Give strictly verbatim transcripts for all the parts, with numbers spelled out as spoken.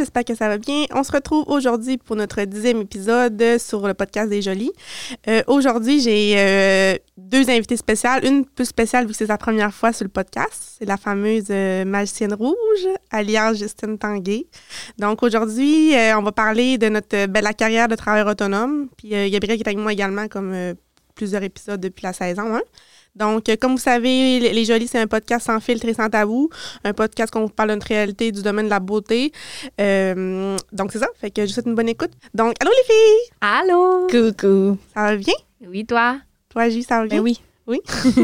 j'espère que ça va bien. On se retrouve aujourd'hui pour notre dixième épisode sur le podcast des Jolies. Euh, aujourd'hui, j'ai euh, deux invités spéciales. Une plus spéciale vu que c'est sa première fois sur le podcast. C'est la fameuse euh, magicienne rouge, alias Justine Tanguay. Donc aujourd'hui, euh, on va parler de notre belle carrière de travailleur autonome. Puis euh, Gabriel qui est avec moi également comme euh, plusieurs épisodes depuis la saison un. Donc, comme vous savez, Les Jolies, c'est un podcast sans filtre et sans tabou. Un podcast qu'on vous parle de notre réalité du domaine de la beauté. Euh, donc, c'est ça. Fait que je vous souhaite une bonne écoute. Donc, allô les filles! Allô! Coucou! Ça va bien? Oui, toi? Toi, J, ça va bien? Ben oui. Oui.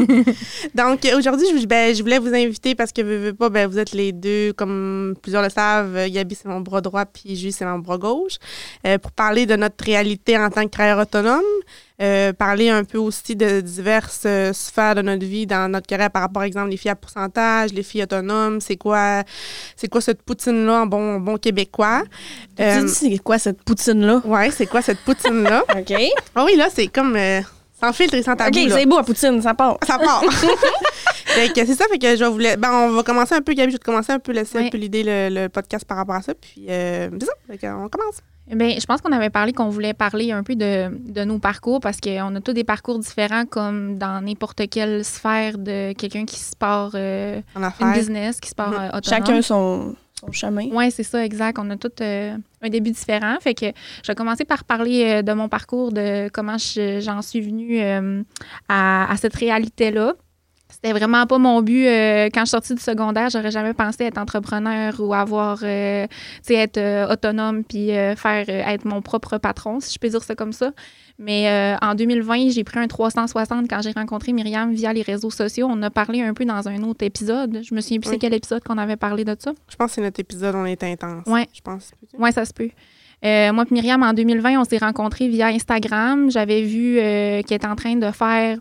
Donc, aujourd'hui, je, ben, je voulais vous inviter parce que, veux, veux pas, ben, vous êtes les deux, comme plusieurs le savent, Gabi, c'est mon bras droit, puis J, c'est mon bras gauche, euh, pour parler de notre réalité en tant que travailleur autonome, euh, parler un peu aussi de diverses euh, sphères de notre vie dans notre carrière par rapport, par exemple, les filles à pourcentage, les filles autonomes, c'est quoi, c'est quoi cette poutine-là en bon, bon québécois. Euh, tu dis c'est quoi cette poutine-là? Oui, c'est quoi cette poutine-là? OK. Ah oui, là, c'est comme... Euh, sans filtre et sans tabou. OK, là. c'est beau, la poutine, ça part. Ça part. Fait que c'est ça, fait que je vais vous la... ben, on va commencer un peu, Gabi, je vais te commencer un peu, laisser oui. un peu l'idée, le, le podcast par rapport à ça, puis euh, c'est ça, fait qu'on commence. Bien, je pense qu'on avait parlé qu'on voulait parler un peu de, de nos parcours parce qu'on a tous des parcours différents comme dans n'importe quelle sphère de quelqu'un qui se part euh, une business, qui se part mm-hmm. euh, autonome. Chacun son... son chemin. Oui, c'est ça, exact. On a tous euh, un début différent. Fait que je vais commencer par parler euh, de mon parcours, de comment je, j'en suis venue euh, à, à cette réalité-là. C'était vraiment pas mon but. Euh, quand je suis sortie du secondaire, j'aurais jamais pensé être entrepreneur ou avoir, euh, tu sais, être euh, autonome puis euh, faire euh, être mon propre patron, si je peux dire ça comme ça. Mais euh, en deux mille vingt, j'ai pris un trois cent soixante quand j'ai rencontré Myriam via les réseaux sociaux. On a parlé un peu dans un autre épisode. Je me souviens plus oui. c'est quel épisode qu'on avait parlé de ça. Je pense que c'est notre épisode On est intense. Oui. Je pense. Oui, ça se peut. Euh, moi et Myriam, en deux mille vingt, on s'est rencontrés via Instagram. J'avais vu euh, qu'elle était en train de faire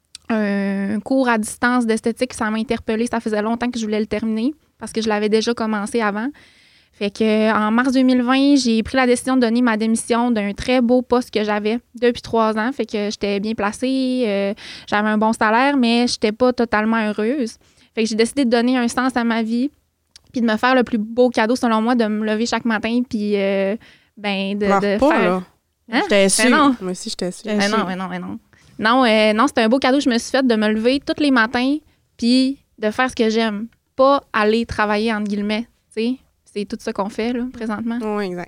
un cours à distance d'esthétique. Ça m'a interpellée. Ça faisait longtemps que je voulais le terminer parce que je l'avais déjà commencé avant. Fait que en mars deux mille vingt, j'ai pris la décision de donner ma démission d'un très beau poste que j'avais depuis trois ans. Fait que j'étais bien placée, euh, j'avais un bon salaire, mais j'étais pas totalement heureuse. Fait que j'ai décidé de donner un sens à ma vie puis de me faire le plus beau cadeau, selon moi, de me lever chaque matin puis euh, ben de, de pas, faire... Là. Hein? J'étais sûre. Ben moi aussi, j'étais sûre. Ben non, ben non, ben non. Non, euh, non, c'était un beau cadeau que je me suis fait de me lever tous les matins puis de faire ce que j'aime. Pas aller travailler, entre guillemets, tu sais. C'est tout ça qu'on fait, là, présentement. Oui, exact.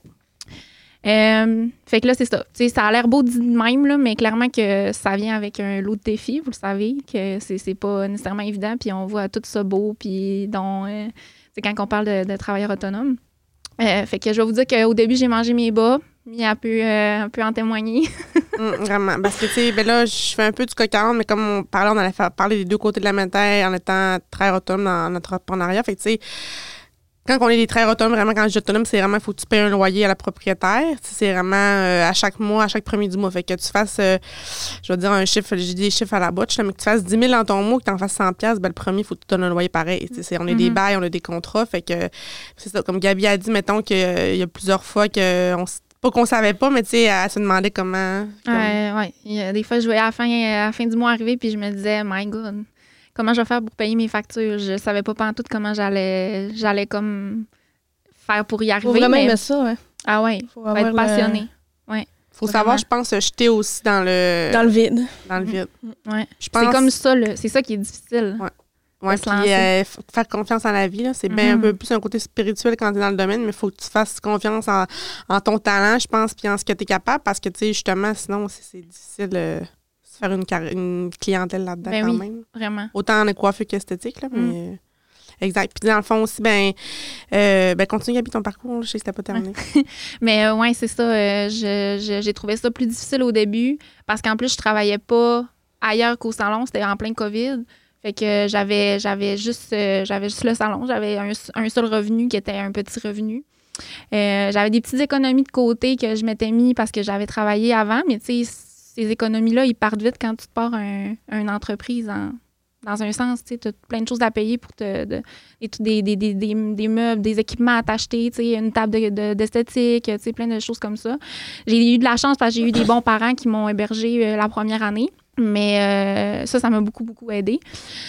Euh, fait que là, c'est ça. T'sais, ça a l'air beau dit de même, là, mais clairement que ça vient avec un lot de défis, vous le savez, que c'est, c'est pas nécessairement évident, puis on voit tout ça beau, puis dont, euh, c'est quand on parle de, de travailleurs autonomes. Euh, fait que je vais vous dire qu'au début, j'ai mangé mes bas. Mia peut, euh, un peu en témoigner. mmh, vraiment. Parce que, tu sais, ben là, je fais un peu du coq à l'âne, mais comme on parlait, on allait faire parler des deux côtés de la médaille en étant très autonome dans notre entrepreneuriat. Fait que, tu sais, quand on est des travailleurs autonomes, vraiment, quand je dis autonome, c'est vraiment, il faut que tu payes un loyer à la propriétaire. T'sais, c'est vraiment euh, à chaque mois, à chaque premier du mois. Fait que tu fasses, euh, je vais dire un chiffre, j'ai des chiffres à la botche, là, mais que tu fasses dix mille dans ton mois, que tu en fasses cent piastres, ben le premier, il faut que tu donnes un loyer pareil. C'est, on a mm-hmm. des bails, on a des contrats. Fait que, c'est ça. Comme Gabi a dit, mettons qu'il euh, y a plusieurs fois qu'on pas qu'on savait pas, mais tu sais, elle se demandait comment. Comme... Euh, oui. Il y a des fois, je voyais à la fin, à la fin du mois arriver, puis je me disais, my God, comment je vais faire pour payer mes factures? Je savais pas pantoute comment j'allais, j'allais comme faire pour y arriver. Faut vraiment mais... aimer ça, ouais. Ah ouais, faut, faut être passionné. Le... Ouais. Faut vraiment. Savoir, je pense, se jeter aussi dans le... Dans le vide. Dans le vide. Mmh. Ouais. Je pense... C'est comme ça, là. C'est ça qui est difficile. Ouais. Ouais, puis euh, faire confiance en la vie, là, c'est mm-hmm. bien un peu plus un côté spirituel quand tu es dans le domaine, mais il faut que tu fasses confiance en, en ton talent, je pense, puis en ce que tu es capable, parce que, tu sais, justement, sinon, c'est, c'est difficile de se faire une, car- une clientèle là-dedans ben quand oui, même. Vraiment. Autant en coiffure qu'esthétique, là, mais... Mm. Exact. Puis dans le fond aussi, ben, euh, ben continue, Gabi, ton parcours. Je sais que c'était pas terminé. Mais euh, oui, c'est ça. Euh, je, je, j'ai trouvé ça plus difficile au début parce qu'en plus, je travaillais pas ailleurs qu'au salon. C'était en plein COVID. Fait que j'avais, j'avais, juste, euh, j'avais juste le salon. J'avais un, un seul revenu qui était un petit revenu. Euh, j'avais des petites économies de côté que je m'étais mis parce que j'avais travaillé avant. Mais tu sais, ces économies-là, ils partent vite quand tu te pars un, une entreprise en... Dans un sens, tu as plein de choses à payer pour te, de, des, des, des, des, des meubles, des équipements à t'acheter, une table de, de, d'esthétique, plein de choses comme ça. J'ai eu de la chance parce que j'ai eu des bons parents qui m'ont hébergée euh, la première année. Mais euh, ça, ça m'a beaucoup, beaucoup aidé.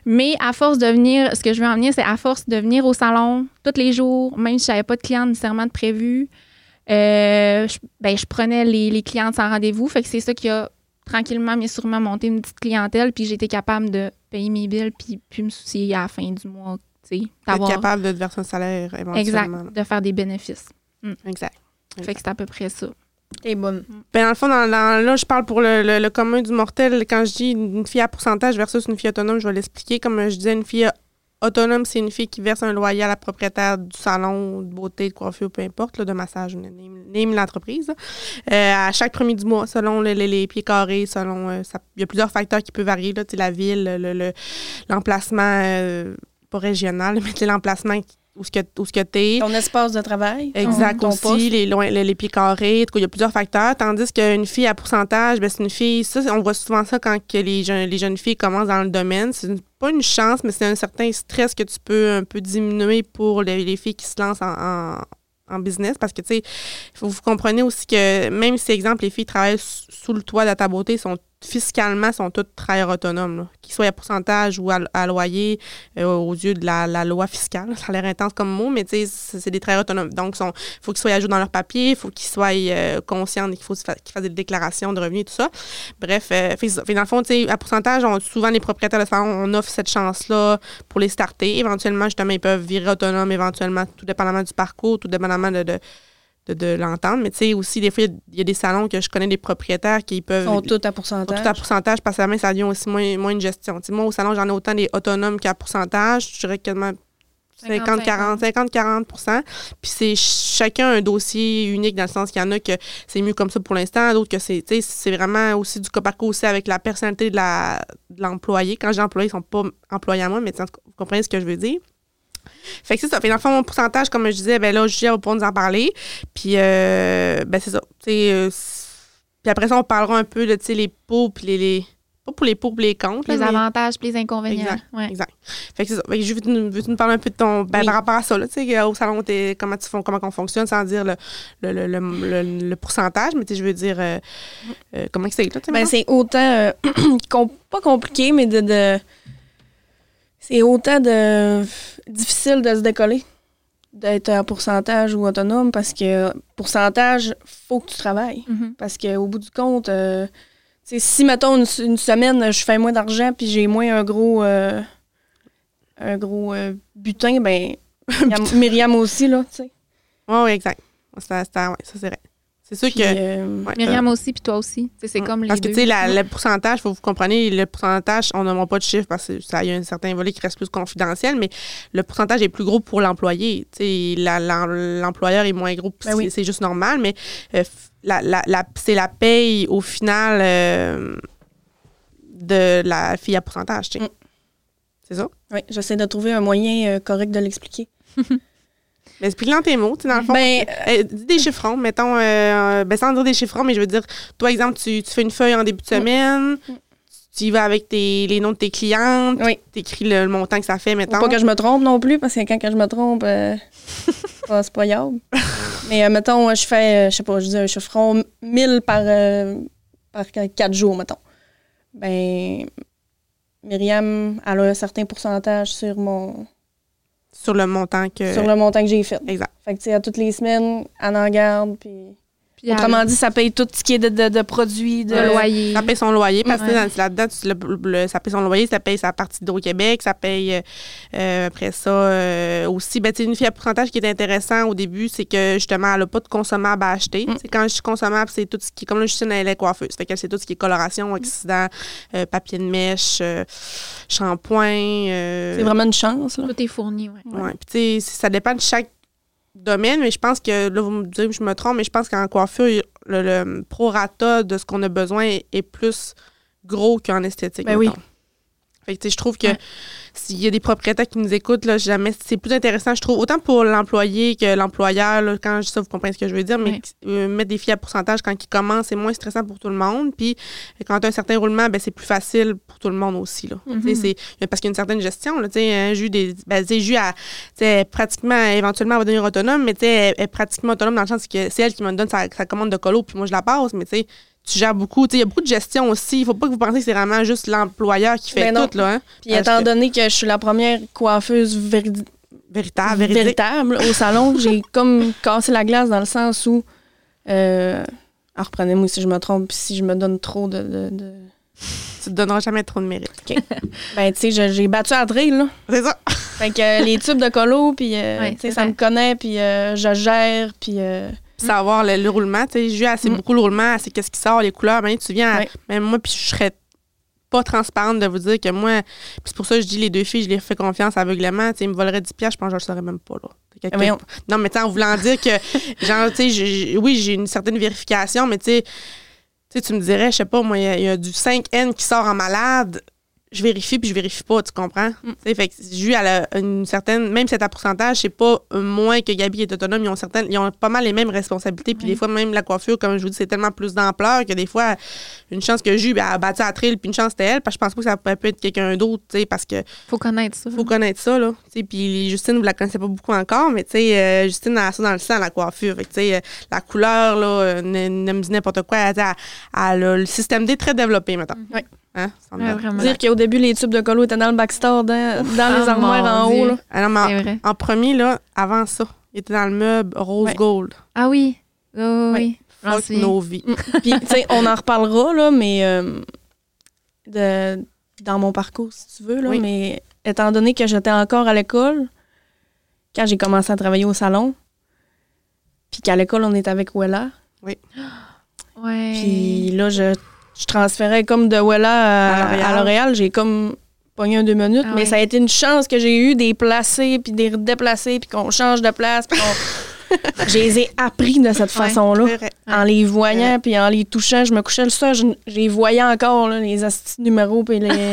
Mais à force de venir, ce que je veux en venir, c'est à force de venir au salon tous les jours, même si je n'avais pas de clients nécessairement de prévu, euh, je, ben, je prenais les, les clientes sans rendez-vous. Fait que c'est ça qui a tranquillement, mais sûrement monté une petite clientèle. Puis j'ai été capable de payer mes billes puis puis me soucier à la fin du mois. Être capable de te verser un salaire éventuellement. Exact, de faire des bénéfices. Mm. Exact. Fait exact. que c'est à peu près ça. T'es bonne. Ben, dans le fond, dans, dans, là, je parle pour le, le, le commun du mortel. Quand je dis une fille à pourcentage versus une fille autonome, je vais l'expliquer. Comme je disais, une fille autonome, c'est une fille qui verse un loyer à la propriétaire du salon de beauté, de coiffure, peu importe, là, de massage, name, name l'entreprise. Euh, à chaque premier du mois, selon les, les, les pieds carrés, selon... Euh, ça, il y a plusieurs facteurs qui peuvent varier, là, la ville, le, le, l'emplacement, euh, pas régional, mais l'emplacement où ce que, où ce que t'es. Ton espace de travail. Exact, ton, ton aussi, poste. les, les, les pieds carrés. En tout cas, il y a plusieurs facteurs. Tandis qu'une fille à pourcentage, ben, c'est une fille... Ça, on voit souvent ça quand que les, jeunes, les jeunes filles commencent dans le domaine. C'est une, pas une chance, mais c'est un certain stress que tu peux un peu diminuer pour les, les filles qui se lancent en, en, en business. Parce que, tu sais, vous, vous comprenez aussi que même si, exemple, les filles travaillent sous le toit de ta beauté, sont fiscalement, sont toutes travailleurs autonomes, là. Qu'ils soient à pourcentage ou à, à loyer, euh, aux yeux de la, la loi fiscale. Ça a l'air intense comme mot, mais tu sais, c'est, c'est des travailleurs autonomes. Donc, il faut qu'ils soient à jour dans leurs papiers, il faut qu'ils soient euh, conscients qu'il faut qu'ils fassent des déclarations de revenus et tout ça. Bref, euh, fait, fait, dans le fond, tu sais, à pourcentage, on, souvent, les propriétaires de salon, on offre cette chance-là pour les starter. Éventuellement, justement, ils peuvent virer autonomes, éventuellement, tout dépendamment du parcours, tout dépendamment de... de de, de l'entendre, mais tu sais, aussi, des fois, il y, y a des salons que je connais des propriétaires qui peuvent... Sont tous à pourcentage. Sont tous à pourcentage, parce que la main, ça devient aussi moins, moins une gestion. T'sais, moi, au salon, j'en ai autant des autonomes qu'à pourcentage. Je dirais quasiment cinquante quarante, cinquante quarante pour cent. Puis c'est chacun un dossier unique, dans le sens qu'il y en a que c'est mieux comme ça pour l'instant, d'autres que c'est... Tu sais, c'est vraiment aussi du cas par cas aussi avec la personnalité de, la, de l'employé. Quand j'ai employé, ils ne sont pas employés à moi, mais vous comprenez ce que je veux dire. Fait que c'est ça. Fait dans le fond, mon pourcentage, comme je disais, ben là, Julia va pouvoir nous en parler. Puis, euh, ben c'est ça. Euh, puis après ça, on parlera un peu de, tu sais, les pour puis les, les... Pas pour les pour puis les contre. Les là, avantages puis les inconvénients. Exact. Ouais. Exact. Fait que c'est ça. Fait que je veux tu nous, veux-tu nous parler un peu de ton... Ben, oui. Par rapport à ça, là, tu sais, au salon, t'es, comment tu font, comment on fonctionne, sans dire le, le, le, le, le, le pourcentage, mais tu sais, je veux dire, euh, euh, comment c'est, là, tu sais, ben, c'est autant, euh, com- pas compliqué, mais de... de... C'est autant de difficile de se décoller, d'être à pourcentage ou autonome, parce que pourcentage, faut que tu travailles. Mm-hmm. Parce qu'au bout du compte, euh, si, mettons, une, une semaine, je fais moins d'argent puis j'ai moins un gros euh, un gros euh, butin, ben Myriam aussi, là, tu sais. Oui, oui, exact. Ça, ça, ouais, ça, c'est vrai. C'est sûr puis, que... Euh, ouais, Myriam euh, aussi, puis toi aussi. T'sais, c'est ouais. comme les parce deux. Parce que, tu sais, le pourcentage, il faut que vous compreniez, le pourcentage, on n'a pas de chiffre parce qu'il y a un certain volet qui reste plus confidentiel, mais le pourcentage est plus gros pour l'employé. Tu sais, la, la, l'employeur est moins gros, ben c'est, oui. c'est juste normal, mais euh, la, la, la, c'est la paye, au final, euh, de la fille à pourcentage, tu sais. Mm. C'est ça? Oui, j'essaie de trouver un moyen euh, correct de l'expliquer. Mais explique-le en tes mots, tu sais, dans le fond. Ben, euh, dis des chiffrons, mettons, euh, ben sans dire des chiffrons, mais je veux dire, toi, exemple, tu, tu fais une feuille en début de semaine, mm. tu y vas avec tes, les noms de tes clientes, oui. tu écris le, le montant que ça fait, mettons. Faut pas que je me trompe non plus, parce que quand, quand je me trompe, euh, c'est pas, c'est pas yable. Mais euh, mettons, je fais, euh, je sais pas, je dis un chiffron mille par, euh, par quatre jours, mettons. Ben, Myriam, elle a un certain pourcentage sur mon... Sur le montant que... Sur le montant que j'ai fait. Exact. Fait que, tu sais, à toutes les semaines, elle en garde, puis... Puis autrement dit, ça paye tout ce qui est de, de, de produits, de... Le loyer. Ça paye son loyer, parce que ouais. là-dedans, le, le, ça paye son loyer, ça paye sa partie d'Hydro-Québec, ça paye, euh, après ça, euh, aussi, ben, tu sais, une fille à pourcentage qui est intéressant au début, c'est que, justement, elle n'a pas de consommables à acheter. Mm. Quand je dis consommable, c'est tout ce qui est, comme là, Justine, elle est coiffeuse. Fait qu'elle, c'est tout ce qui est coloration, oxydant, euh, papier de mèche, euh, shampoing. Euh, c'est vraiment une chance, là. Tout est fourni, oui. Ouais. Puis, tu sais, ça dépend de chaque domaine, mais je pense que, là, vous me direz que je me trompe, mais je pense qu'en coiffure, le, le prorata de ce qu'on a besoin est, est plus gros qu'en esthétique. Ben oui. Fait que, tu sais, je trouve que ouais. s'il y a des propriétaires qui nous écoutent, là, jamais, c'est plus intéressant, je trouve, autant pour l'employé que l'employeur, là, quand je dis ça, vous comprenez ce que je veux dire, mais oui. euh, mettre des filles à pourcentage quand ils commencent, c'est moins stressant pour tout le monde. Puis, quand tu as un certain roulement, ben, c'est plus facile pour tout le monde aussi, là. Mm-hmm. C'est, parce qu'il y a une certaine gestion, là, tu sais, un jus, des, ben, tu sais, jus à, tu sais, pratiquement, éventuellement, elle va devenir autonome, mais tu sais, elle est pratiquement autonome dans le sens que c'est elle qui me donne sa, sa commande de colo, puis moi, je la passe, mais tu sais, tu gères beaucoup. Il y a beaucoup de gestion aussi. Il faut pas que vous pensiez que c'est vraiment juste l'employeur qui fait ben tout. Là, hein? Puis étant que... donné que je suis la première coiffeuse véri... véritable, véritable au salon, j'ai comme cassé la glace dans le sens où... Euh... Alors, reprenez-moi si je me trompe, si je me donne trop de... de, de... Tu te donneras jamais trop de mérite. OK. Ben, tu sais, j'ai battu à drill, là. C'est ça. Fait que euh, les tubes de colo, puis, euh, ouais, tu sais, ça me connaît, puis euh, je gère, puis... Euh... savoir le, le roulement. Tu sais, j'ai assez mm. beaucoup le roulement, assez qu'est-ce qui sort, les couleurs. Même tu viens, à, ouais. même moi, puis je serais pas transparente de vous dire que moi, puis c'est pour ça que je dis les deux filles, je les fais confiance aveuglément. Tu sais, ils me voleraient dix piastres, je pense que je le saurais même pas, là. Mais on... Non, mais tu sais, en voulant dire que, genre, tu sais, oui, j'ai une certaine vérification, mais tu sais, tu sais, tu me dirais, je sais pas, moi, il y, y a du cinq N qui sort en malade. Je vérifie puis je vérifie pas, tu comprends? Mm. Fait que Ju, elle a une certaine, même si c'est à pourcentage, c'est pas moins que Gabi est autonome, ils ont certaines, ils ont pas mal les mêmes responsabilités. Puis mm. des fois, même la coiffure, comme je vous dis, c'est tellement plus d'ampleur que des fois, une chance que Ju, ben, elle a battu à Trill, puis une chance c'était elle, parce que je pense pas que ça pourrait peut être quelqu'un d'autre, tu sais, parce que. Faut connaître ça. Faut connaître ça, là. Puis Justine, vous la connaissez pas beaucoup encore, mais tu sais, euh, Justine a ça dans le sang, la coiffure. Fait que, tu sais, euh, la couleur, là, ne, ne me dit n'importe quoi. Elle, elle, elle a le système D très développé, maintenant. Oui. Hein? Ouais, dire qu'au début, les tubes de colo étaient dans le backstore, dans, dans oh, les armoires en haut. Là. Alors, en, en premier, là, avant ça, il était dans le meuble rose ouais. gold. Ah oui. Oh, oui. Fuck nos vies. Puis, tu sais, on en reparlera, là, mais euh, de, dans mon parcours, si tu veux, là, oui. mais étant donné que j'étais encore à l'école, quand j'ai commencé à travailler au salon, puis qu'à l'école, on était avec Wella. Oui. Ouais. Puis là, je. Je transférais comme de Wella à, à L'Oréal. J'ai comme pogné un deux minutes. Ah mais oui. Ça a été une chance que j'ai eu des placés, puis des déplacés, puis qu'on change de place. Puis qu'on... je les ai appris de cette ouais, façon-là. En les voyant, puis en les touchant. Je me couchais le soir, je, je les voyais encore, là, les astis numéros, puis les...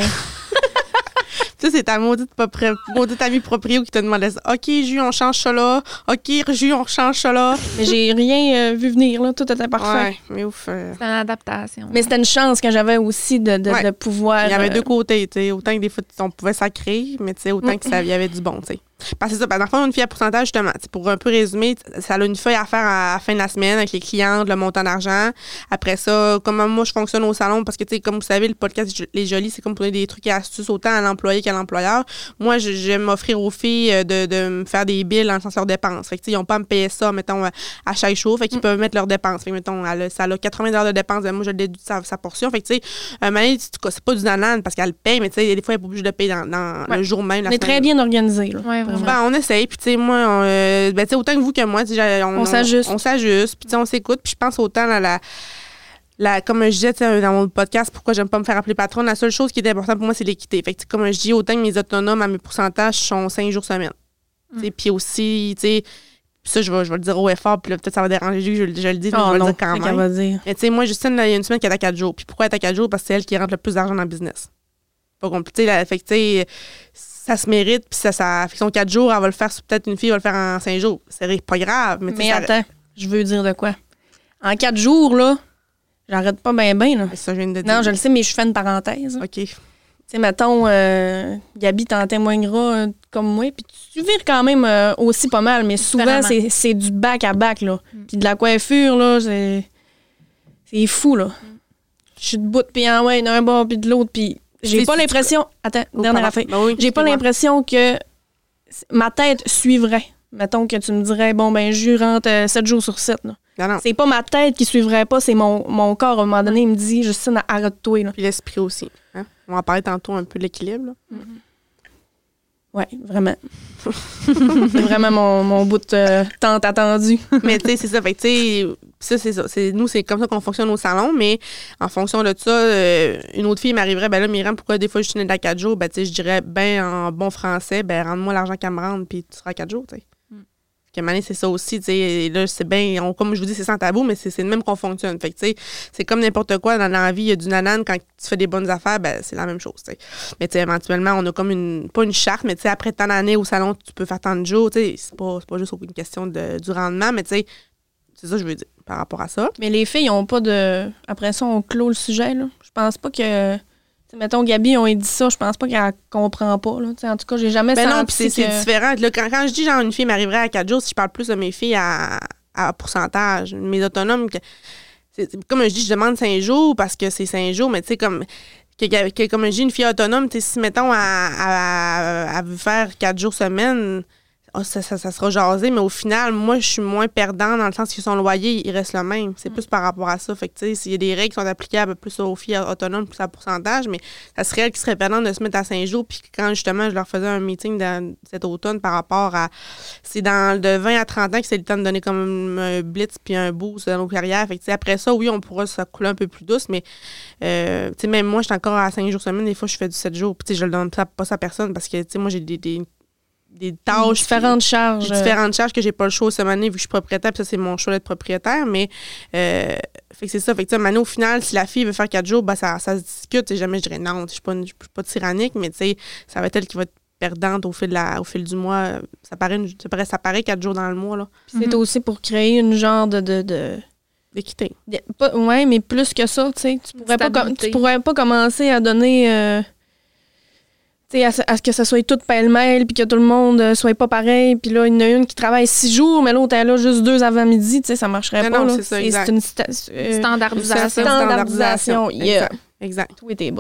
Ça, c'est ta maudite, propre, maudite amie proprio qui te demandait ça. OK, Ju, on change ça là. OK, Ju, on change ça là. Mais j'ai rien euh, vu venir, là. Tout était parfait. Ouais, mais ouf. Euh... C'était une adaptation. Mais c'était une chance que j'avais aussi de, de, ouais. de pouvoir... Il y avait euh... deux côtés, tu sais. Autant que des fois, on pouvait sacrer, mais tu sais, autant mm. qu'il y avait du bon, tu sais. Parce que c'est ça, dans le fond, une fille à pourcentage, justement, pour un peu résumer, ça a une feuille à faire à la fin de la semaine avec les clientes, le montant d'argent. Après ça, comment moi je fonctionne au salon, parce que, tu sais, comme vous savez, le podcast Les Jolies, c'est comme pour donner des trucs et astuces autant à l'employé qu'à l'employeur. Moi, je, j'aime m'offrir aux filles de, de me faire des billes dans le sens de leurs dépenses. Fait que, tu sais, ils n'ont pas à me payer ça, mettons, à chaque jour. Fait qu'ils mm. peuvent mettre leurs dépenses. Fait que, mettons, elle a, ça a quatre-vingts dollars de dépenses, ben, moi, je déduis sa, sa portion. Fait que, tu sais, un moment donné, c'est pas du nanan parce qu'elle paye, mais, tu sais, des fois, elle n'est pas obligée de payer dans, dans ouais. le jour même. On est très bien organisé, là. Ouais, vraiment. Ben, on essaye. Puis, tu sais, moi, on, euh, ben, tu sais, autant que vous que moi, on, on s'ajuste. On, on s'ajuste. Puis, tu sais, on s'écoute. Puis, je pense autant à la. La, comme je disais dans mon podcast, pourquoi j'aime pas me faire appeler patronne, la seule chose qui est importante pour moi, c'est l'équité. Fait que, comme je dis, autant que mes autonomes à mes pourcentages sont cinq jours semaine. Mm. Puis aussi, tu sais, ça, je vais, je vais le dire au effort, puis là, peut-être ça va déranger, je, je, je le dis, mais oh je vais non, le dire quand même. Va dire. Et tu sais, moi, Justine, il y a une semaine qui est à quatre jours. Puis pourquoi elle est à quatre jours? Parce que c'est elle qui rentre le plus d'argent dans le business. Pas compliqué. Là, fait que, tu sais, ça se mérite, puis ça, ça fait que son quatre jours, elle va le faire, peut-être une fille va le faire en cinq jours. C'est pas grave. Mais, mais ça, attends, je veux dire de quoi? En quatre jours, là, j'arrête pas bien, bien, là. Ça, je viens de dire. Non, je le sais, mais je fais une parenthèse. OK. Tu sais, mettons, euh, Gabi t'en témoignera euh, comme moi, puis tu vires quand même euh, aussi pas mal, mais souvent, c'est, c'est du bac à bac, là. Mm. Puis de la coiffure, là, c'est, c'est fou, là. Mm. Je suis debout, puis en ouais, d'un bord, puis de l'autre, puis j'ai c'est pas l'impression... Attends, oh, dernière affaire. Ben oui, j'ai pas l'impression que ma tête suivrait. Mettons que tu me dirais, bon, ben, je rentre euh, sept jours sur sept, là. Non, non. C'est pas ma tête qui suivrait pas, c'est mon, mon corps. À un moment donné, il me dit, Justine, arrête-toi. Là. Puis l'esprit aussi. Hein? On va en parler tantôt un peu de l'équilibre. Là. Mm-hmm. Oui, vraiment. C'est vraiment mon, mon bout de euh, tant attendu. Mais tu sais, c'est ça. Fait que tu sais, ça, c'est ça. C'est, nous, c'est comme ça qu'on fonctionne au salon, mais en fonction de ça, euh, une autre fille m'arriverait, ben là, Myriam, pourquoi des fois je suis née à quatre jours? Ben tu sais, je dirais, ben en bon français, ben rends-moi l'argent qu'elle me rende, puis tu seras à quatre jours, tu sais. À un moment donné, c'est ça aussi, tu sais, là, c'est bien, on, comme je vous dis, c'est sans tabou, mais c'est, c'est le même qu'on fonctionne. Fait que, tu sais, c'est comme n'importe quoi, dans la vie, il y a du nanan, quand tu fais des bonnes affaires, ben, c'est la même chose, tu sais. Mais, tu sais, éventuellement, on a comme une, pas une charte, mais, tu sais, après tant d'années au salon, tu peux faire tant de jours, tu sais, c'est pas, c'est pas juste une question de, du rendement, mais, tu sais, c'est ça que je veux dire, par rapport à ça. Mais les filles ont pas de, après ça, on clôt le sujet, là. Je pense pas que... T'sais, mettons, Gabi, on lui dit ça, je pense pas qu'elle comprend pas. Là. En tout cas, j'ai jamais ben senti non, pis c'est, que... c'est différent. Là, quand, quand je dis genre une fille m'arriverait à quatre jours, si je parle plus de mes filles à, à pourcentage, mes autonomes, que c'est, comme je dis, je demande cinq jours parce que c'est cinq jours, mais tu sais, comme, que, que, comme je dis, une fille autonome, tu sais, si, mettons, elle veut faire quatre jours semaine, oh, ça, ça, ça sera jasé, mais au final, moi, je suis moins perdant dans le sens que son loyer, il reste le même. C'est mm. plus par rapport à ça. Fait que, tu sais, s'il y a des règles qui sont applicables plus aux filles autonomes, plus à pourcentage, mais ça serait elle qui serait perdante de se mettre à cinq jours. Puis quand, justement, je leur faisais un meeting dans, cet automne par rapport à... C'est dans de vingt à trente ans que c'est le temps de donner comme un blitz puis un boost dans nos carrières. Fait que, tu sais, après ça, oui, on pourra se couler un peu plus douce, mais, euh, tu sais, même moi, je suis encore à cinq jours semaine. Des fois, je fais du sept jours. Puis, tu sais, je le donne pas, pas ça à personne parce que, tu sais, moi, j'ai des... des des tâches. Différentes puis, charges. Différentes charges que j'ai pas le choix cette année vu que je suis propriétaire, puis ça, c'est mon choix d'être propriétaire. Mais, euh, fait que c'est ça. Fait que, tu sais, au final, si la fille veut faire quatre jours, ben, ça, ça se discute. Et jamais je dirais non, je suis pas, je suis pas tyrannique, mais, tu sais, ça va être elle qui va être perdante au fil, de la, au fil du mois. Ça paraît, une, ça paraît, ça paraît quatre jours dans le mois, là. Puis c'est mm-hmm. aussi pour créer une genre de. de, de... d'équité. Oui, mais plus que ça, tu sais. Tu pourrais pas, tu pourrais pas commencer à donner. Euh, À ce, à ce que ça soit tout pêle-mêle, puis que tout le monde euh, soit pas pareil, puis là, il y en a une qui travaille six jours, mais l'autre, elle a juste deux avant-midi, tu sais, ça marcherait non, pas. Non, là. c'est ça, exact. C'est une sta- euh, standardisation. Standardisation, yeah. Exact. exact. Tout est tes bouts.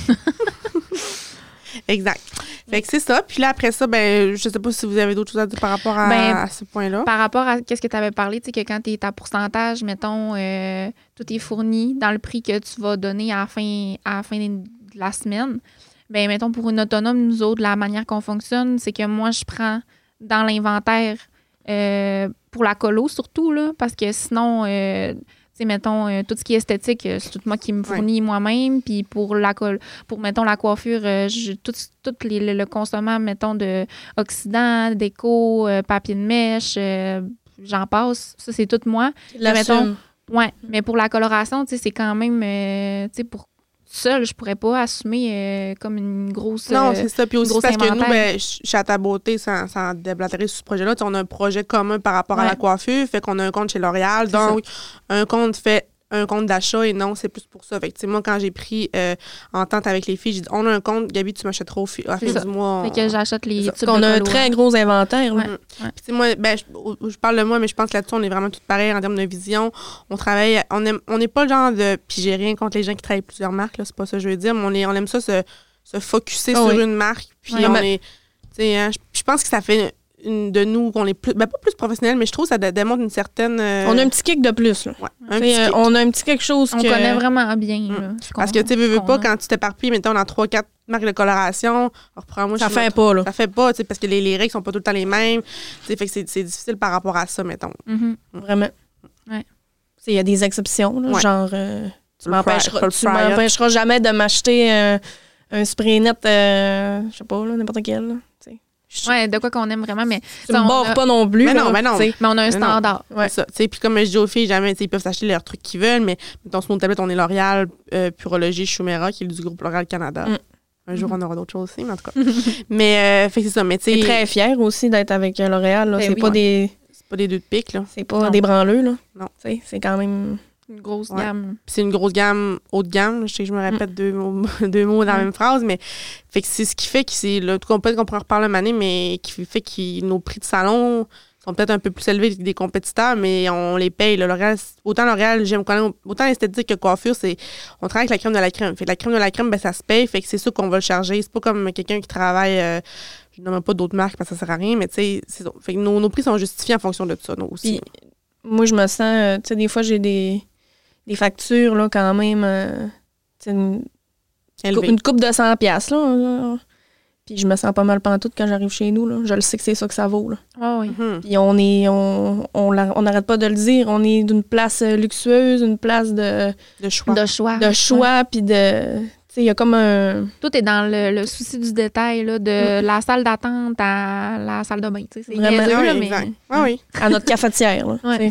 Exact. Fait que c'est ça. Puis là, après ça, ben, je sais pas si vous avez d'autres choses à dire par rapport à, ben, à ce point-là. Par rapport à qu'est-ce que tu avais parlé, tu sais, que quand tu es à pourcentage, mettons, euh, tout est fourni dans le prix que tu vas donner à la fin, à la fin de la semaine. Bien, mettons, pour une autonome, nous autres, la manière qu'on fonctionne, c'est que moi, je prends dans l'inventaire euh, pour la colo, surtout, là, parce que sinon, euh, tu sais, mettons, euh, tout ce qui est esthétique, euh, c'est tout moi qui me fournis ouais. moi-même. Puis pour la colo, pour, mettons, la coiffure, euh, je, tout, tout les, le, le consommable, mettons, de oxydant, déco, euh, papier de mèche, euh, j'en passe. Ça, c'est tout moi. La mettons, ouais, mais pour la coloration, tu sais, c'est quand même, euh, tu sais, pour seule, je pourrais pas assumer euh, comme une grosse Non, euh, c'est ça. Puis aussi parce inventaire. que nous, ben, chez À ta beauté, sans, sans déblatérer sur ce projet-là, on a un projet commun par rapport ouais. à la coiffure. Fait qu'on a un compte chez L'Oréal. C'est donc, ça. un compte fait un compte d'achat et non, c'est plus pour ça. Fait que, moi, quand j'ai pris euh, entente avec les filles, j'ai dit, on a un compte, Gabi, tu m'achèteras au fi- à la fin du mois. On... Fait que j'achète les tubes qu'on de a un colo. très gros inventaire. Ouais. Ouais. Puis, moi, ben, je, je parle de moi, mais je pense que là-dessus, on est vraiment toutes pareilles en termes de vision. On travaille, on aime, on n'est pas le genre de, puis j'ai rien contre les gens qui travaillent plusieurs marques, là, c'est pas ça que je veux dire, mais on, est, on aime ça se, se focusser oh, sur oui. une marque. Puis ouais, on mais... est, tu sais, hein, je, je pense que ça fait une de nous qu'on est plus, ben pas plus professionnels, mais je trouve que ça dé- démontre une certaine... Euh... On a un petit kick de plus, là. Ouais, un petit euh, kick. On a un petit quelque chose on que... On connaît vraiment bien, mmh. là. Parce que, tu sais, veux, veux pas, quand tu t'éparpilles, mettons, dans trois quatre marques de coloration, reprends-moi... Ça fait pas, là. Ça fait pas, tu sais, parce que les, les règles sont pas tout le temps les mêmes. Tu sais, fait que c'est, c'est difficile par rapport à ça, mettons. Mm-hmm. Vraiment. Ouais. Il y a des exceptions, là, ouais. genre... Euh, tu m'empêcheras, tu prior. m'empêcheras jamais de m'acheter euh, un spray net, euh, je sais pas, là, n'importe quel, là. Oui, de quoi qu'on aime vraiment, mais... Tu me barres a... pas non plus. Mais non, mais non. Mais on a un standard. Ouais. C'est ça. Puis comme je dis aux filles, jamais, ils peuvent s'acheter leurs trucs qu'ils veulent, mais mettons, sur nos tablettes, on est L'Oréal, euh, Purologie, Shumera, qui est du groupe L'Oréal Canada. Mm. Un jour, mm-hmm. on aura d'autres choses aussi, mais en tout cas. mais, euh, fait que c'est ça. Mais tu sais. très fière aussi d'être avec L'Oréal, là. Ben c'est oui, pas ouais. des... C'est pas des deux de pique, là. C'est pas non. des branleux, là. Non. T'sais, c'est quand même... Une grosse ouais. gamme. Puis c'est une grosse gamme, haut de gamme. Je sais que je me répète mm. deux, mots, deux mots dans mm. la même phrase, mais fait que c'est ce qui fait que c'est le tout peut-être qu'on pourrait en reparler une année, mais qui fait que nos prix de salon sont peut-être un peu plus élevés que des compétiteurs, mais on les paye. Là. L'Oréal, autant L'Oréal, j'aime connaître, autant l'esthétique que coiffure, c'est on travaille avec la crème de la crème. Fait que la crème de la crème, ben ça se paye, fait que c'est sûr qu'on va le charger. C'est pas comme quelqu'un qui travaille. Euh, je ne nomme pas d'autres marques parce que ça sert à rien, mais tu sais, c'est fait que nos, nos prix sont justifiés en fonction de ça, nous aussi. Puis, moi, je me sens, euh, tu sais, des fois, j'ai des. Des factures, là, quand même, euh, une, coupe, une coupe de cent piastres, là, là. Puis je me sens pas mal pantoute quand j'arrive chez nous, là. Je le sais que c'est ça que ça vaut, là. Oh oui. Mm-hmm. Puis on est, on, on, on n'arrête pas de le dire, on est d'une place luxueuse, une place de... De choix. De choix. De choix, ouais. Puis de... Tu sais, il y a comme un... Tout est dans le, le souci du détail, là, de mm. la salle d'attente à la salle de bain, tu sais. C'est vraiment, niaiseux, oui, là, mais... Ah oui. À notre cafetière, là. Ouais.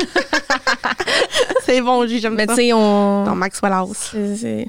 C'est bon, j'aime mais ça. Mais tu sais, on... Dans Maxwell House. C'est... c'est...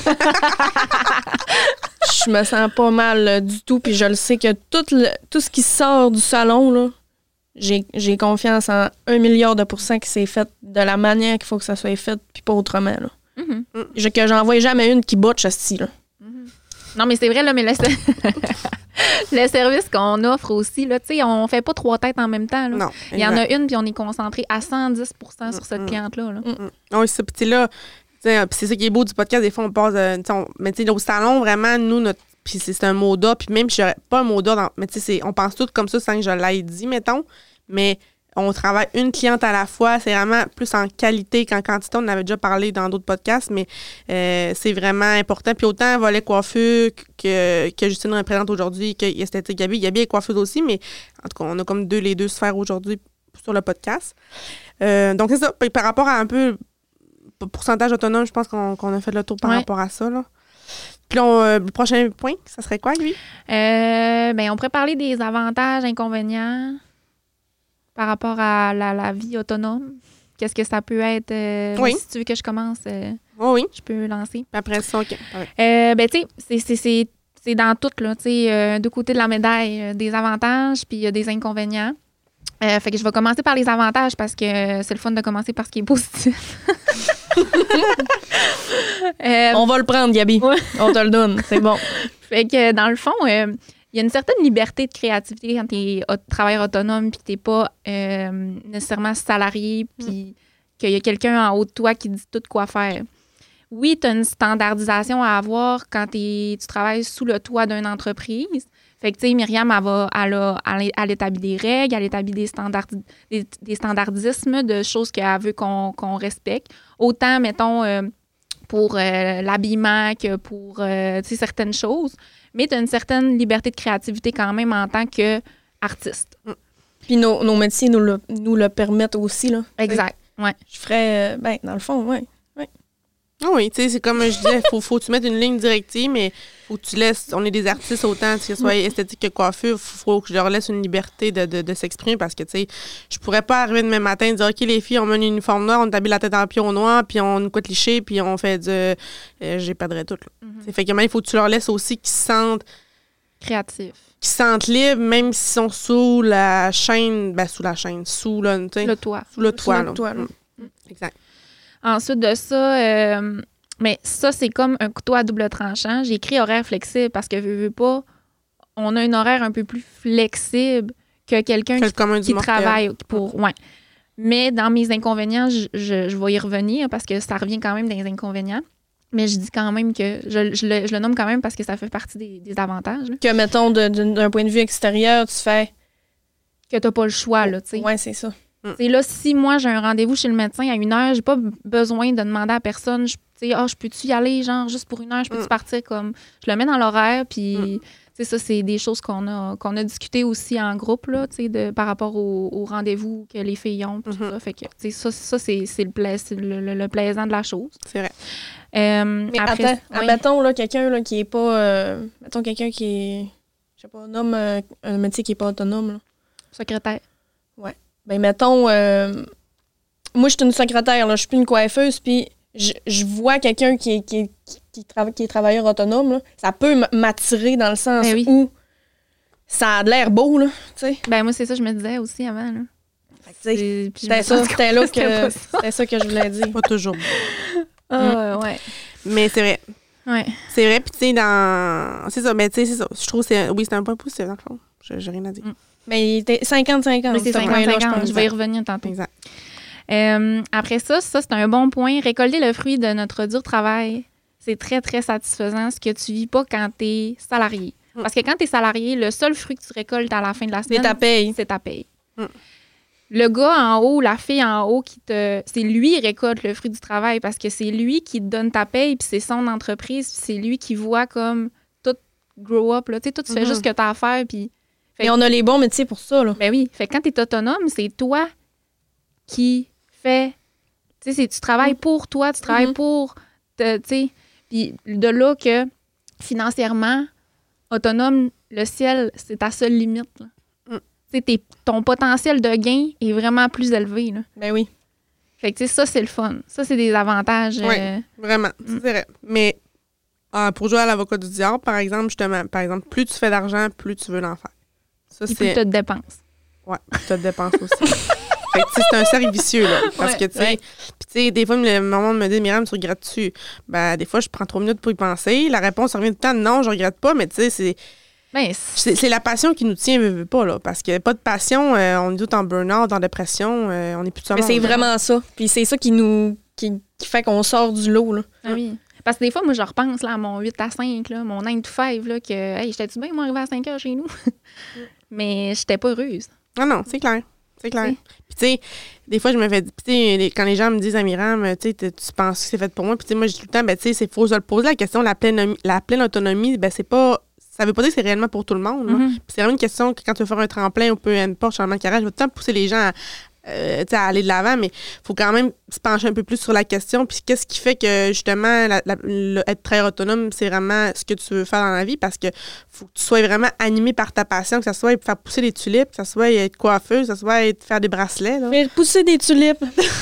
Je me sens pas mal euh, du tout, puis je le sais que tout, le, tout ce qui sort du salon, là, j'ai, j'ai confiance en un milliard de pourcents que c'est fait de la manière qu'il faut que ça soit fait, puis pas autrement, là. Mm-hmm. Je, que j'en vois jamais une qui botche, ce style, là. Mm-hmm. Non, mais c'est vrai, là, mais le, le service qu'on offre aussi, là, tu sais, on fait pas trois têtes en même temps. Là. Non. Il y en a une, puis on est concentré à cent dix pour cent sur cette mm. cliente-là. Là. Mm. Oui, c'est ça. Puis là, c'est ça qui est beau du podcast. Des fois, on passe. Euh, on, mais tu sais, au salon, vraiment, nous, notre. Puis c'est, c'est un mot d'ordre. Puis même, je pas un mot d'ordre, mais tu sais, on pense tout comme ça sans que je l'aille dit, mettons. Mais on travaille une cliente à la fois. C'est vraiment plus en qualité qu'en quantité. On en avait déjà parlé dans d'autres podcasts, mais euh, c'est vraiment important. Puis autant Volet Coiffure que, que Justine représente aujourd'hui, que Esthétique Gabi. Gabi est coiffeuse aussi, mais en tout cas, on a comme deux, les deux sphères aujourd'hui sur le podcast. Euh, donc, c'est ça. Puis par rapport à un peu pourcentage autonome, je pense qu'on, qu'on a fait le tour par ouais. rapport à ça, là. Puis on, euh, le prochain point, ça serait quoi, lui? Euh, ben, on pourrait parler des avantages, inconvénients par rapport à la, la vie autonome. Qu'est-ce que ça peut être? Euh, oui. Si tu veux que je commence, euh, oh oui. je peux lancer. Puis après ça, OK. Euh, ben, tu sais, c'est, c'est, c'est, c'est dans tout, là. Tu sais, euh, deux côtés de la médaille, euh, des avantages puis il y a des inconvénients. Euh, fait que je vais commencer par les avantages parce que c'est le fun de commencer par ce qui est positif. euh, On va le prendre, Gabi. Ouais. On te le donne. C'est bon. Fait que dans le fond, il euh, y a une certaine liberté de créativité quand tu es travailleur autonome puis que tu n'es pas euh, nécessairement salarié puis mm. qu'il y a quelqu'un en haut de toi qui dit tout quoi faire. Oui, tu as une standardisation à avoir quand tu travailles sous le toit d'une entreprise. Fait que, tu sais, Myriam, elle, va, elle, a, elle, elle établit des règles, elle établit des, standard, des, des standardismes de choses qu'elle veut qu'on, qu'on respecte. Autant, mettons, euh, pour euh, l'habillement que pour, euh, tu sais, certaines choses. Mais tu as une certaine liberté de créativité quand même en tant qu'artiste. Puis nos, nos métiers nous le, nous le permettent aussi, là. Exact, ouais. Je ferais, euh, ben, dans le fond, ouais. Ah oui, tu sais, c'est comme je disais, faut, faut que tu mettes une ligne directive, mais faut que tu laisses, on est des artistes autant, que ce soit esthétique que coiffure, faut, faut que je leur laisse une liberté de, de, de s'exprimer parce que, tu sais, je pourrais pas arriver demain matin et dire, OK, les filles, on met un uniforme noir, on t'habille la tête en pion noir, puis on nous coûte liché, puis on fait du... Euh, j'ai pas de tout, là. Mm-hmm. Fait que même, il faut que tu leur laisses aussi qu'ils se sentent... Créatifs. Qu'ils se sentent libres, même s'ils sont sous la chaîne, ben, sous la chaîne, sous, là, tu sais. Le toit. Sous le toit, sous là. Le toit, là. Mm. Exact. Ensuite de ça, euh, mais ça, c'est comme un couteau à double tranchant. J'ai écrit horaire flexible parce que, veux, veux pas, on a un horaire un peu plus flexible que quelqu'un qui, qui travaille pour... Ouais. Mais dans mes inconvénients, je, je, je vais y revenir parce que ça revient quand même dans les inconvénients. Mais je dis quand même que... Je, je, le, je le nomme quand même parce que ça fait partie des, des avantages. Là. Que, mettons, de, de, d'un point de vue extérieur, tu fais... Que t'as pas le choix, là, tu sais. Ouais, c'est ça. C'est là, si moi, j'ai un rendez-vous chez le médecin à une heure, j'ai pas besoin de demander à personne, je, ah, oh, je peux-tu y aller, genre, juste pour une heure, je peux-tu mm. partir comme... Je le mets dans l'horaire, puis, mm. tu sais, ça, c'est des choses qu'on a, qu'on a discuté aussi en groupe, là, tu sais, de, par rapport au, au rendez-vous que les filles ont, puis mm-hmm. tout ça. Fait que, tu sais, ça, ça c'est, c'est, le, pla- c'est le, le, le plaisant de la chose. C'est vrai. Euh, Mais après, attends, oui. mettons, là, quelqu'un, là, qui est pas... Euh, mettons, quelqu'un qui est... Je sais pas, un homme, euh, un métier qui est pas autonome, là. Secrétaire. Ouais. Ben, mettons... Euh, moi, je suis une secrétaire, là, je suis plus une coiffeuse, puis je, je vois quelqu'un qui est, qui, est, qui, qui, trava- qui est travailleur autonome, là, ça peut m- m'attirer dans le sens ben oui. où ça a de l'air beau, là, tu sais. Ben moi, c'est ça que je me disais aussi avant, là. C'est, c'était, ça, c'était, là que, c'était ça que je voulais dire. Pas toujours. Ah, mm. ouais. Mais c'est vrai. Ouais. C'est vrai, puis tu sais, dans... C'est ça, mais tu sais, c'est ça. Je trouve que c'est... Oui, c'est un point positif, dans le fond. J'ai, j'ai rien à dire. Mm. Mais il était cinquante cinquante. Mais c'est cinquante cinquante, je, je vais y revenir tantôt. Exact. Euh, après ça, ça, c'est un bon point. Récolter le fruit de notre dur travail, c'est très, très satisfaisant, ce que tu vis pas quand tu es salarié. Mm. Parce que quand tu es salarié, le seul fruit que tu récoltes à la fin de la semaine, c'est ta paye. C'est ta paye. Mm. Le gars en haut, la fille en haut, qui te, c'est lui qui récolte le fruit du travail parce que c'est lui qui te donne ta paye, puis c'est son entreprise, puis c'est lui qui voit comme tout grow up. Là. Tu sais, toi, tu fais mm-hmm. juste ce que tu as à faire. Puis... Et on a les bons métiers pour ça. Là. Ben oui. Fait que quand tu es autonome, c'est toi qui fais. Tu sais, tu travailles pour toi, tu travailles mm-hmm. pour. Tu sais. Puis de là que financièrement, autonome, le ciel, c'est ta seule limite. Là. T'es, ton potentiel de gain est vraiment plus élevé. Là. Ben oui. Fait que, tu sais, ça, c'est le fun. Ça, c'est des avantages. Oui, euh... vraiment. Mm. C'est vrai. Mais euh, pour jouer à l'avocat du diable, par exemple, justement, par exemple, plus tu fais d'argent, plus tu veux l'en faire. Ça, Et c'est... plus tu te dépenses. Oui, tu te dépenses aussi. Fait que, tu sais, c'est un cercle vicieux, là. Parce Ouais, que, tu sais, ouais. puis, tu sais, des fois, le moment me dit, Myriam, tu regrettes-tu? Ben, des fois, je prends trois minutes pour y penser. La réponse revient tout le temps, non, je regrette pas, mais, tu sais, c'est. Ben, C'est, c'est la passion qui nous tient, veux, veux pas, là. Parce que pas de passion, euh, on est tous en burn-out, en dépression, euh, on est plus de Mais c'est vraiment ça. Puis c'est ça qui nous qui, qui fait qu'on sort du lot, là. Ah oui. Parce que des fois, moi, je repense là, à mon huit à cinq, là, mon nine to five, là, que hey, j'étais-tu bien, moi, arrivé à cinq heures chez nous? Mais j'étais pas heureuse. Non, non, c'est clair. C'est clair. Oui. Puis, tu sais, des fois, je me fais. Puis, tu sais, les- quand les gens me disent, Amiram, tu sais, tu tu penses que c'est fait pour moi? Puis, tu sais, moi, je dis tout le temps, ben, tu sais, c'est faux se le poser la question, la pleine, la pleine autonomie, ben, c'est pas. Ça veut pas dire que c'est réellement pour tout le monde. là. Mhm. Puis, c'est vraiment une question que quand tu veux faire un tremplin ou peu importe, changement de carrière, je vais tout le temps pousser les gens à. euh, tu sais, à aller de l'avant, mais il faut quand même se pencher un peu plus sur la question. Puis qu'est-ce qui fait que, justement, la- la- le- être très autonome, c'est vraiment ce que tu veux faire dans la vie parce que faut que tu sois vraiment animé par ta passion, que ce soit faire pousser des tulipes, que ce soit être coiffeuse, que ce soit être faire des bracelets. Là. Faire pousser des tulipes.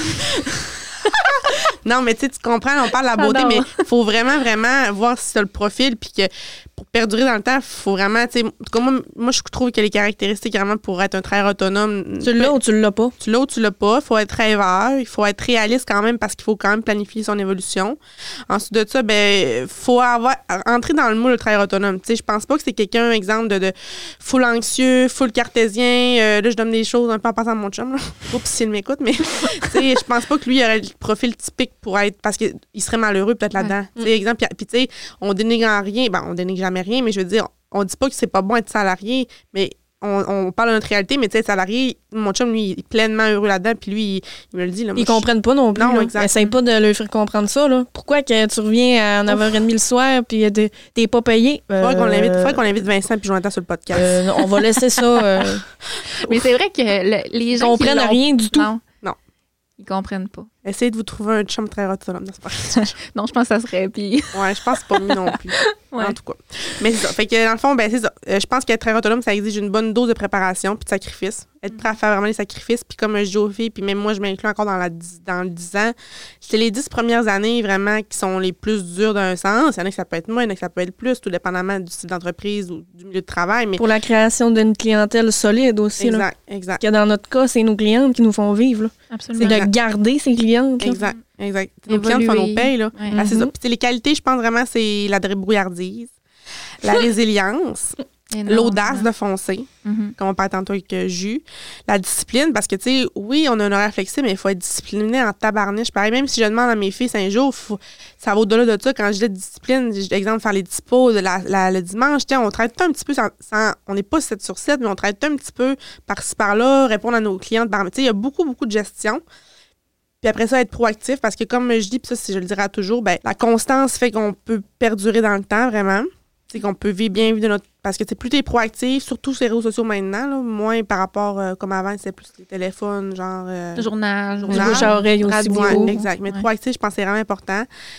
Non, mais tu sais, tu comprends, on parle de la beauté, J'adore. mais il faut vraiment, vraiment voir si tu as le profil, puis que pour perdurer dans le temps, il faut vraiment, tu sais, en tout cas, moi, moi, je trouve que les caractéristiques vraiment pour être un travailleur autonome. Tu l'as ou tu l'as pas? Tu l'as ou tu l'as pas. Il faut être rêveur. Il faut être réaliste quand même parce qu'il faut quand même planifier son évolution. Ensuite de ça, ben, faut avoir entrer dans le moule de travailleur autonome. Tu sais, je pense pas que c'est quelqu'un, exemple, de, de full anxieux, full cartésien. Euh, là, je donne des choses un peu en passant à mon chum. Là. Oups, s'il m'écoute, mais tu sais, je pense pas que lui aurait le profil typique pour être parce qu'il serait malheureux peut-être là-dedans. Tu sais, exemple, puis puis, tu sais, on dénigre en rien. Ben, on dénigre jamais rien, mais je veux dire, on dit pas que c'est pas bon être salarié, mais On, on parle de notre réalité, mais tu sais, salarié, mon chum, lui, il est pleinement heureux là-dedans, puis lui, il, il me le dit. Là, moi, Ils comprennent pas non plus. Non, là. exact. Essaye pas de leur faire comprendre ça. Là. Pourquoi que tu reviens à neuf heures trente le soir puis t'es t'es pas payé? Il faudrait qu'on Euh, l'invite, faudrait qu'on invite Vincent puis Jonathan sur le podcast. euh, on va laisser ça. euh, Mais c'est vrai que le- les Ils gens. qui comprennent l'ont- rien du tout. Non. Non. Ils comprennent pas. Essayez de vous trouver un chum très autonome. Non, c'est pas vrai. Non, je pense que ça serait pire. Ouais, je pense que c'est pas mieux non plus. Ouais. En tout cas. Mais c'est ça. Fait que dans le fond, ben c'est ça. Euh, je pense qu'être très autonome, ça exige une bonne dose de préparation puis de sacrifice. Être prêt à faire vraiment les sacrifices. Puis comme je dis aux filles, puis même moi, je m'inclus encore dans, la, dix- dans le dix ans, c'est les dix premières années vraiment qui sont les plus dures d'un sens. Il y en a que ça peut être moins, il y en a que ça peut être plus, tout dépendamment du style d'entreprise ou du milieu de travail. Mais Pour la création d'une clientèle solide aussi. Là. exact, exact. Parce que dans notre cas, c'est nos clientes qui nous font vivre. là. C'est Absolument. de Exact. garder ces clientes. là. Exact, exact. Nos clients Évoluer. font nos payes, là. Ouais. Ah, c'est ça. Mhm. Puis, tu sais, les qualités, je pense vraiment, c'est la débrouillardise, la résilience, Énormément. l'audace de foncer, Mhm. comme on parlait tantôt avec euh, Jus, la discipline, parce que, tu sais, oui, on a un horaire flexible, mais il faut être discipliné en tabarniche. Pareil, même si je demande à mes filles cinq jours, faut- ça va au-delà de ça. Quand je dis discipline, j'ai- exemple, faire les dispos de la, la- le dimanche, tiens, on travaille tout un petit peu sans, sans- on n'est pas sept sur sept, mais on travaille tout un petit peu par-ci, par-là, répondre à nos clientes. par- Tu sais, il y a beaucoup, beaucoup de gestion. Puis après ça, être proactif, parce que comme je dis, puis ça, si je le dirai toujours, ben, la constance fait qu'on peut perdurer dans le temps, vraiment. C'est qu'on peut vivre bien vivre de notre. Parce que c'est plus t'es proactif, surtout sur les réseaux sociaux maintenant, là, moins par rapport, euh, comme avant, c'était plus les téléphones, genre. euh, Le journal. Journal. Du bouche à oreille aussi. Radio. Ouais, beaucoup. exact. Mais Ouais. proactif, je pense que c'est vraiment important.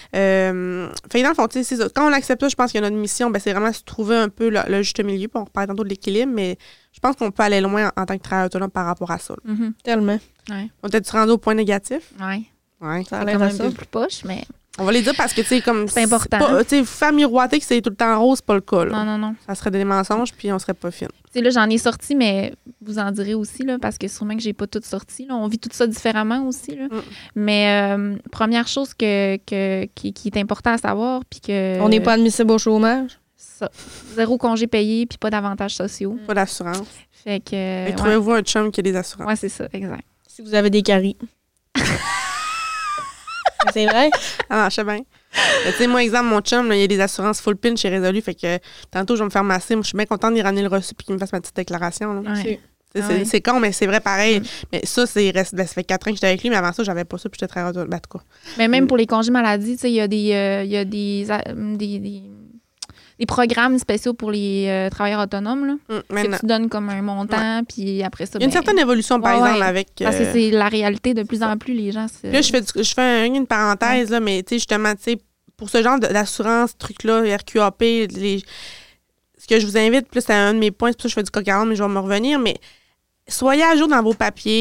Euh, fait que dans le fond, tu sais, c'est ça. Quand on accepte ça, je pense que notre mission, ben, c'est vraiment se trouver un peu le, le juste milieu. Puis on reparle tantôt de l'équilibre, mais je pense qu'on peut aller loin en, en tant que travailleur autonome par rapport à ça. là. Mhm. Tellement. Ouais. On peut-être rendu au point négatif. Ouais. Ouais. Ça a C'est l'air quand à même ça. un peu plus poche, mais On va les dire parce que, tu sais, comme. C'est important. pas- Tu sais, faire miroiter que c'est tout le temps rose, c'est pas le cas. là. non, non, non. Ça serait des mensonges, puis on serait pas fine. Tu sais, là, j'en ai sorti, mais vous en direz aussi, là, parce que sûrement que j'ai pas tout sorti. Là. On vit tout ça différemment aussi. Là. Mm. Mais euh, première chose que, que, qui, qui est important à savoir, puis que... On n'est pas admissible au chômage. Ça. Zéro congé payé, puis pas d'avantages sociaux. Pas d'assurance. Fait que... Et ouais, trouvez-vous un chum qui a des assurances. ouais c'est ça, exact. Si vous avez des caries. C'est vrai? Ah non, je sais bien. Mais tu sais, moi, exemple, mon chum, là, il y a des assurances full pin chez Résolu. Fait que tantôt, je vais me faire masser. Moi, je suis bien contente d'y ramener le reçu puis qu'il me fasse ma petite déclaration. là. Ouais. Tu sais, Ah c'est ouais. c'est con, mais c'est vrai pareil. Mm. Mais ça, c'est reste- ben, ça fait quatre ans que j'étais avec lui, mais avant ça, j'avais pas ça puis j'étais très heureuse. Ben, en tout cas. Mais même Mm. pour les congés maladie, tu sais, il y a des, euh, il y a des, a- des, des, des programmes spéciaux pour les euh, travailleurs autonomes, là. Hum, Que maintenant. tu donnes comme un montant, puis après ça, Il y a une ben, certaine évolution, par ouais, exemple, ouais. avec. parce que euh, c'est la réalité de plus en plus, les gens. c'est- Puis là, je fais, du- je fais un- une parenthèse, là, mais tu sais, justement, tu sais, pour ce genre de- d'assurance, ce truc-là, R Q A P, les, ce que je vous invite, plus c'est un de mes points, c'est pour ça que je fais du coq à l'âne, mais je vais me revenir, mais soyez à jour dans vos papiers,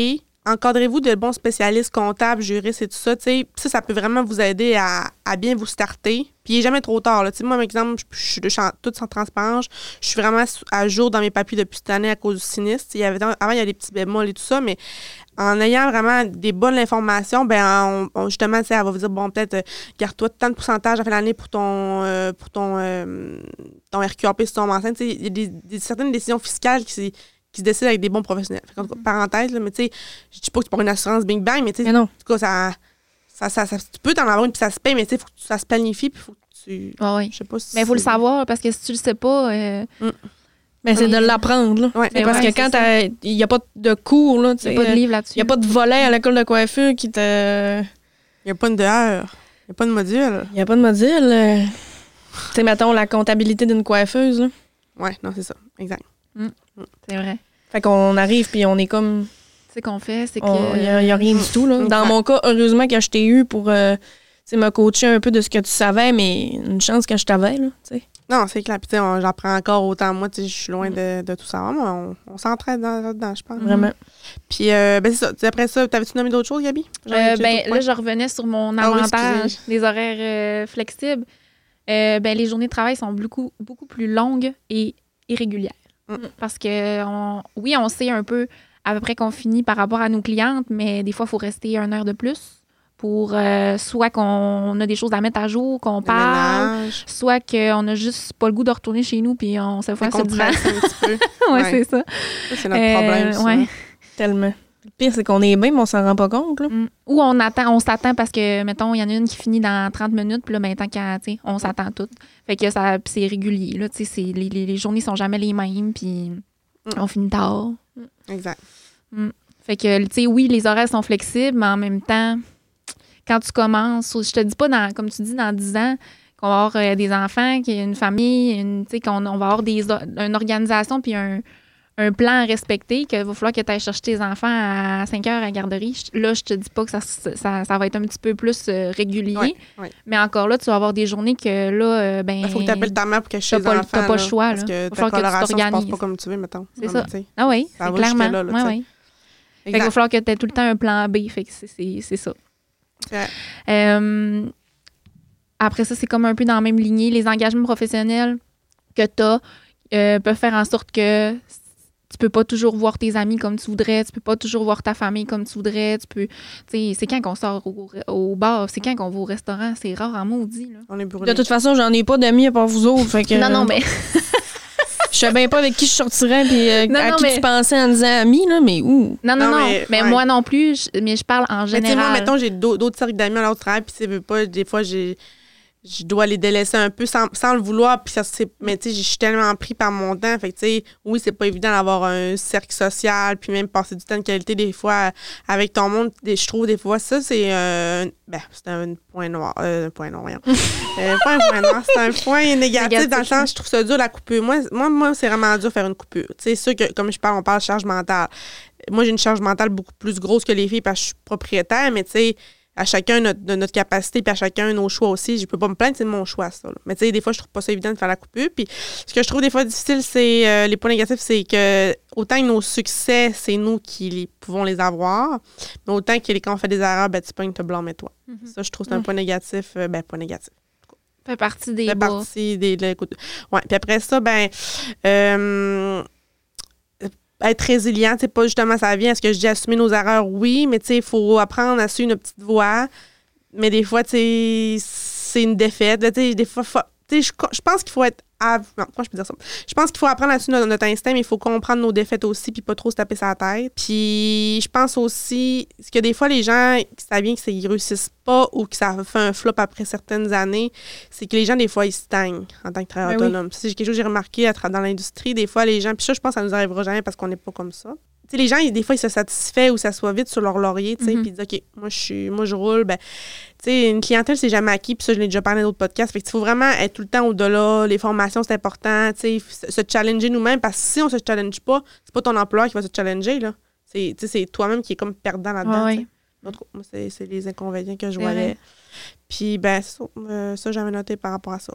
encadrez-vous de bons spécialistes comptables, juristes et tout ça. T'sais, ça, ça peut vraiment vous aider à, à bien vous starter. Puis il n'est jamais trop tard. Là. Moi, par exemple, je, je suis de, toute sans transparence. Je suis vraiment à jour dans mes papiers depuis cette année à cause du sinistre. Il y avait, avant, il y a des petits bémols et tout ça, mais en ayant vraiment des bonnes informations, ben on, on, justement, elle va vous dire, bon, peut-être, euh, garde-toi tant de pourcentage à la fin de l'année pour ton, euh, pour ton, euh, ton R Q A P si tu tombes enceinte. Il y a des, des, certaines décisions fiscales qui, qui se décident avec des bons professionnels. Fait, en tout cas, parenthèse, là, mais tu sais, je dis pas que tu prends une assurance Bing Bang, mais tu sais, en tout cas, ça, ça, ça, ça, tu peux t'en avoir une puis ça se paye, mais tu sais, il faut que ça se planifie puis il faut que tu... Ah oui. Je sais pas si mais il faut le savoir, parce que si tu le sais pas... Euh... Mm. Mais c'est de l'apprendre, là. Ouais, parce ouais, que quand il n'y a pas de cours, là, il n'y a pas de livre là-dessus. Il n'y a pas de volet à l'école de coiffure qui te... Il n'y a pas de heure. Il n'y a pas de module. Il n'y a pas de module. Euh... tu sais, mettons, la comptabilité d'une coiffeuse, là. Oui, non, c'est ça. Exact. Mm. Mm. C'est vrai. Fait qu'on arrive, puis on est comme... C'est qu'on fait, c'est que... Il n'y a, a rien du tout, là. Dans mon cas, heureusement que je t'ai eu pour euh, me coacher un peu de ce que tu savais, mais une chance que je t'avais, là, tu sais. Non, c'est clair. Puis, tu sais, j'apprends encore autant. Moi, tu sais, je suis loin de, de tout ça. Mais on, on s'entraide là-dedans, je pense. Vraiment. Puis, euh, ben, c'est ça. Après ça, t'avais-tu nommé d'autres choses, Gabi? Euh, ben, là, je revenais sur mon avantage ah, oui, des horaires euh, flexibles. Euh, ben, les journées de travail sont beaucoup, beaucoup plus longues et irrégulières. Mm. Parce que, on, oui, on sait un peu à peu près qu'on finit par rapport à nos clientes, mais des fois, il faut rester une heure de plus. Pour euh, soit qu'on a des choses à mettre à jour, qu'on le parle, ménage. Soit qu'on n'a juste pas le goût de retourner chez nous puis on se fait un petit peu. ouais, ouais, c'est ça. ça c'est notre euh, problème, ça. Ouais. Tellement. Le pire, c'est qu'on est bien, mais on s'en rend pas compte. Là. Mm. Ou on attend, on s'attend parce que, mettons, il y en a une qui finit dans trente minutes, puis là, ben, tant qu'à, tu sais, on s'attend toutes. Fait que ça, c'est régulier, là, tu sais, les, les, les journées sont jamais les mêmes, puis mm. on finit tard. Exact. Mm. Fait que, tu sais, oui, les horaires sont flexibles, mais en même temps... Quand tu commences, je te dis pas, dans, comme tu dis, dans dix ans, qu'on va avoir euh, des enfants, qu'il y a une famille, une, qu'on on va avoir des, une organisation puis un, un plan à respecter, qu'il va falloir que tu ailles chercher tes enfants à cinq heures à la garderie. Là, je te dis pas que ça, ça, ça va être un petit peu plus euh, régulier. Oui, oui. Mais encore là, tu vas avoir des journées que là, euh, ben... Il faut que tu appelles ta mère pour cacher les enfants. Tu n'as pas le choix. Parce là. que ta coloration ne passe pas comme tu veux, mettons. C'est ça. Ah oui, c'est clairement. Là, là, ouais, ouais. Fait qu'il va falloir que tu aies tout le temps un plan B. Fait que c'est, c'est, c'est ça. Ouais. Euh, après ça, c'est comme un peu dans la même lignée. Les engagements professionnels que tu as euh, peuvent faire en sorte que tu peux pas toujours voir tes amis comme tu voudrais, tu peux pas toujours voir ta famille comme tu voudrais. Tu peux, c'est quand qu'on sort au, au bar, c'est quand qu'on va au restaurant, c'est rare en maudit. Là. On est brûlés. De toute façon, j'en ai pas d'amis à part vous autres. Fait que, non, non, mais... Je sais bien pas avec qui je sortirais puis euh, non, à non, qui mais... tu pensais en disant ami, là, mais où? Non, non, non. non. Mais, mais ouais. moi non plus, je, mais je parle en général. Mais moi, mettons, j'ai d'autres cercles d'amis à l'autre travail, puis c'est pas, des fois, j'ai... je dois les délaisser un peu sans, sans le vouloir. Puis ça, c'est, mais tu sais, je suis tellement pris par mon temps. Fait que, tu sais, oui, c'est pas évident d'avoir un cercle social, puis même passer du temps de qualité des fois avec ton monde. Je trouve des fois, ça, c'est un. Ben, c'est un point noir. Euh, un point noir, voyons. euh, pas un point noir, c'est un point négatif, négatif dans le sens, je trouve ça dur la coupure. Moi, moi, moi c'est vraiment dur de faire une coupure. Tu sais, sûr que, comme je parle, on parle de charge mentale. Moi, j'ai une charge mentale beaucoup plus grosse que les filles parce que je suis propriétaire, mais tu sais, à chacun notre, de notre capacité, puis à chacun nos choix aussi. Je peux pas me plaindre, c'est mon choix, ça. Là. Mais tu sais, des fois, je trouve pas ça évident de faire la coupure. Puis ce que je trouve des fois difficile, c'est euh, les points négatifs, c'est que autant que nos succès, c'est nous qui les, pouvons les avoir, mais autant que quand on fait des erreurs, ben tu pognes, te blâmer-toi. Mm-hmm. Ça, je trouve que c'est un point négatif. Euh, ben, point négatif. Ça fait partie des Ça fait partie des... De, de, ouais. Puis après ça, ben... Euh, être résilient, c'est pas justement ça vient. Est-ce que je dis assumer nos erreurs? Oui, mais tu sais, il faut apprendre à suivre une petite voie. Mais des fois, tu sais, c'est une défaite. Tu sais, des fois, tu sais, je pense qu'il faut être. À, non, comment je peux dire ça? Je pense qu'il faut apprendre à suivre notre, notre instinct, mais il faut comprendre nos défaites aussi, puis pas trop se taper sa tête. Puis je pense aussi que des fois, les gens, ça vient qu'ils réussissent pas ou que ça fait un flop après certaines années, c'est que les gens, des fois, ils stagnent en tant que travailleur ben autonome. Oui. C'est quelque chose que j'ai remarqué à tra- dans l'industrie. Des fois, les gens, puis ça, je pense que ça nous arrivera jamais parce qu'on n'est pas comme ça. Tu sais, les gens, des fois, ils se satisfait ou s'assoient vite sur leur laurier, tu sais, mm-hmm. puis ils disent, OK, moi, je suis, moi, je roule. Ben, tu sais, une clientèle, c'est jamais acquis, puis ça, je l'ai déjà parlé dans d'autres podcasts. Fait qu'il faut vraiment être tout le temps au-delà. Les formations, c'est important, tu sais, se challenger nous-mêmes, parce que si on se challenge pas, c'est pas ton employeur qui va se challenger, là. C'est, tu sais, c'est toi-même qui est comme perdant là-dedans. Ouais, moi, c'est, c'est les inconvénients que je voyais. Puis, ben, c'est ça, euh, ça, j'avais noté par rapport à ça.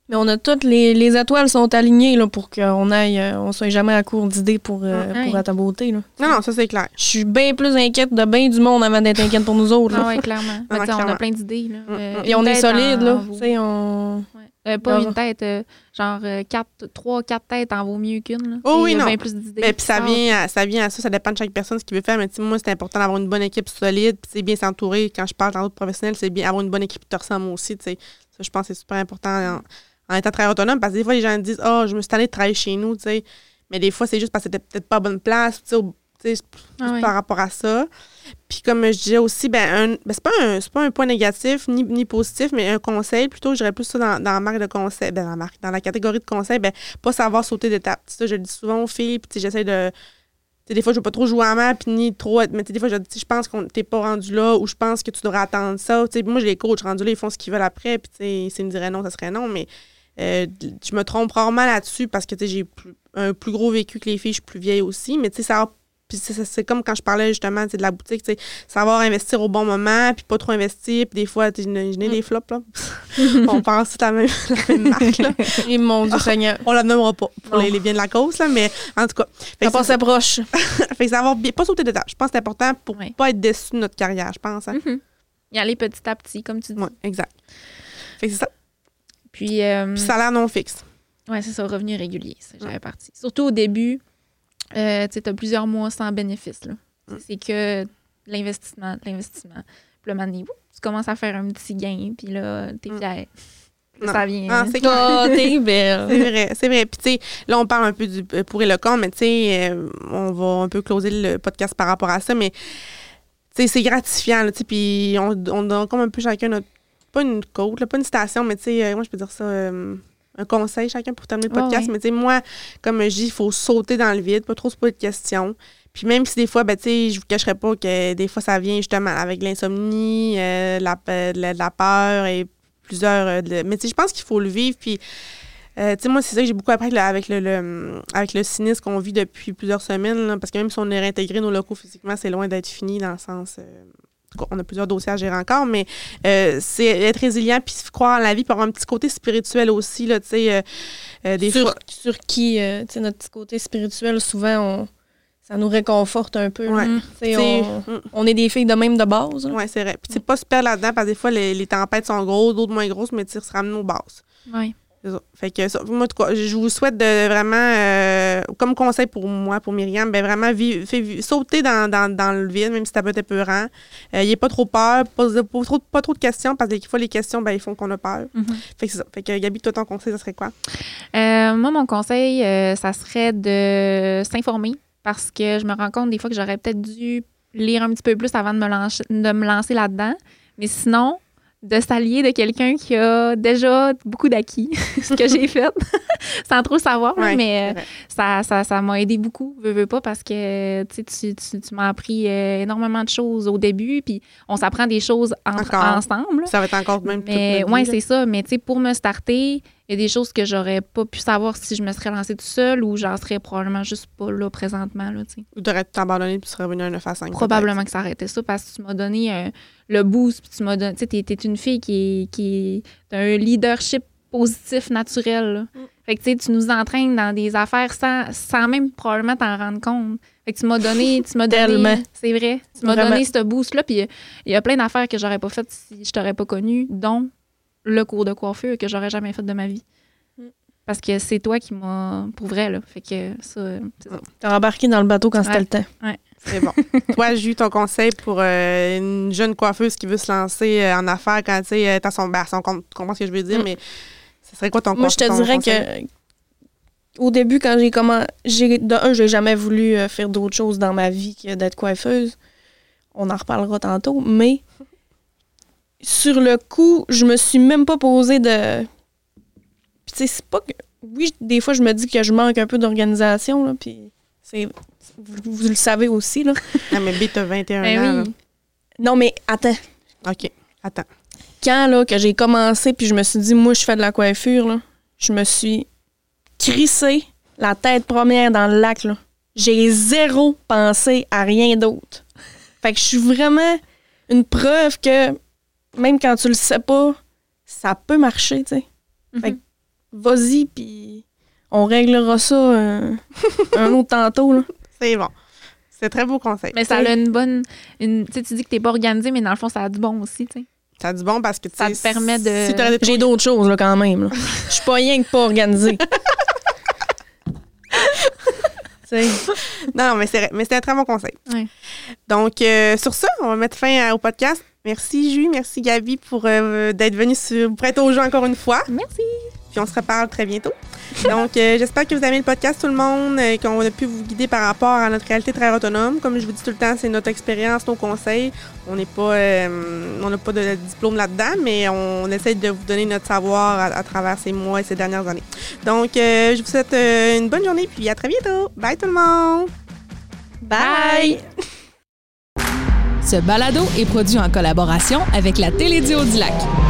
Mais on a toutes les, les étoiles sont alignées là, pour qu'on aille, euh, on soit jamais à court d'idées pour, euh, Ouais. pour à ta beauté. Là. Non, non, ça, c'est clair. Je suis bien plus inquiète de bien du monde avant d'être inquiète pour nous autres. Là. Ah oui, clairement. Ah, Mais tu sais, on clairement. a plein d'idées. Là. Mm, Euh, Et une on est tête solide, en- là. en vaut- Tu sais, on... Ouais. Euh, pas Ah. une tête, euh, genre euh, quatre, trois, quatre têtes en vaut mieux qu'une. Là. Oh Tu sais, oui, il y a non. bien plus d'idées. Mais qui puis ça sortent. vient, à, ça vient à ça, ça dépend de chaque personne ce qu'il veut faire. Mais tu sais, moi, c'est important d'avoir une bonne équipe solide, puis c'est bien s'entourer. Quand je parle dans d'autres professionnels, c'est bien avoir une bonne équipe qui te ressemble aussi. Tu sais. Ça, je pense que c'est super important en, en étant très autonome, parce que des fois, les gens disent « Ah, oh, je me suis tannée de travailler chez nous. » Tu sais. Mais des fois, c'est juste parce que c'était peut-être pas à bonne place. Tu sais, au- tu sais, c'est plus Ah oui. par rapport à ça. Puis comme je disais aussi, ben, un, ben c'est pas un c'est pas un point négatif ni, ni positif, mais un conseil, plutôt, je dirais plus ça dans, dans la marque de conseil, ben, dans la marque, dans la catégorie de conseil, ben, pas savoir sauter d'étapes. Ça, je le dis souvent aux filles, puis tu sais, j'essaie de. Tu sais, des fois, je veux pas trop jouer à main, puis ni trop être. Mais tu sais, des fois, je dis, je pense qu'on t'es pas rendu là, ou je pense que tu devrais attendre ça. Tu sais, moi, je les coach rendus là, ils font ce qu'ils veulent après, puis tu sais, s'ils me diraient non, ça serait non, mais euh, je me trompe rarement là-dessus parce que tu sais, j'ai plus- un plus gros vécu que les filles, je suis plus vieille aussi, mais tu sais, ça puis c'est, c'est- c'est comme quand je parlais justement tu sais, de la boutique, tu sais, savoir investir au bon moment, puis pas trop investir, puis des fois, tu sais, je n'ai je n'ai des flops, là. On pense toute la même, la même marque, là. Et mon Dieu Seigneur. On la nommera pas pour Non. les, les biens de la cause, là, mais en tout cas. Fait Ça que passe c'est, proche. fait que savoir bien, pas sauter d'étape. Je pense que c'est important pour Ouais. pas être déçu de notre carrière, je pense. Hein. Mhm. Y aller petit à petit, comme tu dis. Ouais, exact. Fait que c'est ça. Puis, euh, Puis salaire non fixe. ouais, c'est ça, revenu régulier. Ça, j'avais parti. Surtout au début, euh, tu as plusieurs mois sans bénéfice. Là. Mm. C'est que de l'investissement, de l'investissement. Puis là, maintenant, tu commences à faire un petit gain, puis là, t'es Mm. fier. Là, Non. ça vient. Ah, c'est clair. Oh, t'es belle. C'est vrai, c'est vrai. Puis, tu sais, là, on parle un peu du pour et le contre, mais tu sais, euh, on va un peu closer le podcast par rapport à ça, mais tu sais, c'est gratifiant, là, tu sais, puis on, on donne comme un peu chacun notre, pas une quote, là, pas une citation, mais tu sais, euh, moi, je peux dire ça, euh, un conseil chacun pour terminer le Ouais, podcast, ouais. mais tu sais, moi, comme je dis, il faut sauter dans le vide, pas trop se poser de questions. Puis même si des fois, ben, tu sais, je vous cacherai pas que des fois, ça vient justement avec l'insomnie, euh, la, euh, la, la peur et plusieurs... euh, de- mais tu sais, je pense qu'il faut le vivre, puis... Euh, tu sais, moi, c'est ça que j'ai beaucoup appris avec le, avec le, le- avec le cynisme qu'on vit depuis plusieurs semaines, là, parce que même si on est réintégré nos locaux physiquement, c'est loin d'être fini dans le sens... euh, en tout cas, on a plusieurs dossiers à gérer encore, mais euh, c'est être résilient puis croire en la vie, puis avoir un petit côté spirituel aussi, là, tu sais, euh, euh, des sur, fois... sur qui, euh, tu sais, notre petit côté spirituel, souvent, on, ça nous réconforte un peu. là. Ouais. Mm. Tu sais, Tu sais, on, mm. on est des filles de même de base. là. Oui, c'est vrai. Puis, tu sais, pas se perdre là-dedans, parce que des fois, les, les tempêtes sont grosses, d'autres moins grosses, mais tu sais, se ramener aux bases. Ouais. C'est ça. Fait que ça, moi, en tout cas, je vous souhaite de vraiment, euh, comme conseil pour moi, pour Myriam, ben vraiment, vi- fait vi- sauter dans, dans, dans le vide, même si ça peut être épeurant. Euh, Il n'y a pas trop peur, pas, pas, trop, pas trop de questions, parce que des fois, les questions, ben, ils font qu'on a peur. Mhm. Fait que c'est ça. Fait que, Gabi, toi, ton conseil, ça serait quoi? Euh, moi, mon conseil, euh, ça serait de s'informer parce que je me rends compte des fois que j'aurais peut-être dû lire un petit peu plus avant de me lancer, de me lancer là-dedans. Mais sinon, de s'allier de quelqu'un qui a déjà beaucoup d'acquis, ce que j'ai fait, sans trop savoir, Ouais, mais c'est euh, vrai. ça, ça, ça m'a aidé beaucoup, veux, veux pas, parce que tu, sais, tu, tu, tu m'as appris euh, énormément de choses au début, puis on s'apprend des choses entre, Encore. ensemble. Ça va être encore même toute Mais notre ouais, vie, là. c'est ça. Mais tu sais, pour me starter, il y a des choses que j'aurais pas pu savoir si je me serais lancée toute seule ou j'en serais probablement juste pas là présentement. Là, tu sais. Ou t'aurais tout abandonné puis tu serais revenu à un neuf à cinq. Probablement que ça arrêtait ça parce que tu m'as donné euh, le boost, puis tu m'as donné. Tu sais, t'es, t'es une fille qui est, qui est t'as un leadership positif naturel. Là. Mm. Fait que tu sais, tu nous entraînes dans des affaires sans, sans même probablement t'en rendre compte. Fait que tu m'as donné, tu m'as donné, Tellement. c'est vrai, tu m'as Vraiment. donné ce boost-là, puis il y, y a plein d'affaires que j'aurais pas faites si je t'aurais pas connu, dont le cours de coiffure que j'aurais jamais fait de ma vie. Mm. Parce que c'est toi qui m'as, pour vrai, là. Fait que ça, c'est ça. T'as embarqué dans le bateau quand c'était Ouais. le temps. C'est bon. Toi, Jules, ton conseil pour euh, une jeune coiffeuse qui veut se lancer euh, en affaires quand tu sais, t'as son, ben, son compte, tu comprends ce que je veux dire, Mm. mais ce serait quoi ton Moi, je te ton dirais conseil? que au début, quand j'ai commencé, j'ai, de un, j'ai jamais voulu euh, faire d'autre chose dans ma vie que d'être coiffeuse. On en reparlera tantôt, mais sur le coup, je me suis même pas posé de. Puis, tu sais, c'est pas que. Oui, des fois, je me dis que je manque un peu d'organisation, là, puis c'est. Vous, vous le savez aussi, là. Ah, mais B, t'as vingt et un Ben ans. oui. Non, mais attends. là. OK. Attends. Quand, là, que j'ai commencé, puis je me suis dit, moi, je fais de la coiffure, là, je me suis crissée la tête première dans le lac, là. J'ai zéro pensé à rien d'autre. Fait que je suis vraiment une preuve que même quand tu le sais pas, ça peut marcher, tu sais. Mhm. Fait que vas-y, puis on réglera ça euh, un autre tantôt. Là. C'est bon. C'est un très beau conseil. Mais ça a une bonne... Une, tu sais, tu dis que t'es pas organisé, mais dans le fond, ça a du bon aussi, tu sais. Ça a du bon parce que ça te permet de... Si t'aurais des J'ai d'autres choses là, quand même. Je suis pas rien que pas organisée. Non, mais c'est, mais c'est un très bon conseil. Ouais. Donc, euh, sur ça, on va mettre fin à, au podcast. Merci, Julie. Merci, Gabi, pour euh, d'être venue sur, pour être au jeu encore une fois. Merci. Puis on se reparle très bientôt. Donc, euh, j'espère que vous aimez le podcast, tout le monde, euh, qu'on a pu vous guider par rapport à notre réalité de travailleur autonome. Comme je vous dis tout le temps, c'est notre expérience, nos conseils. On n'est pas, euh, on n'a pas de diplôme là-dedans, mais on essaie de vous donner notre savoir à, à travers ces mois et ces dernières années. Donc, euh, je vous souhaite euh, une bonne journée, puis à très bientôt. Bye tout le monde! Bye! Ce balado est produit en collaboration avec la Télédio du Lac.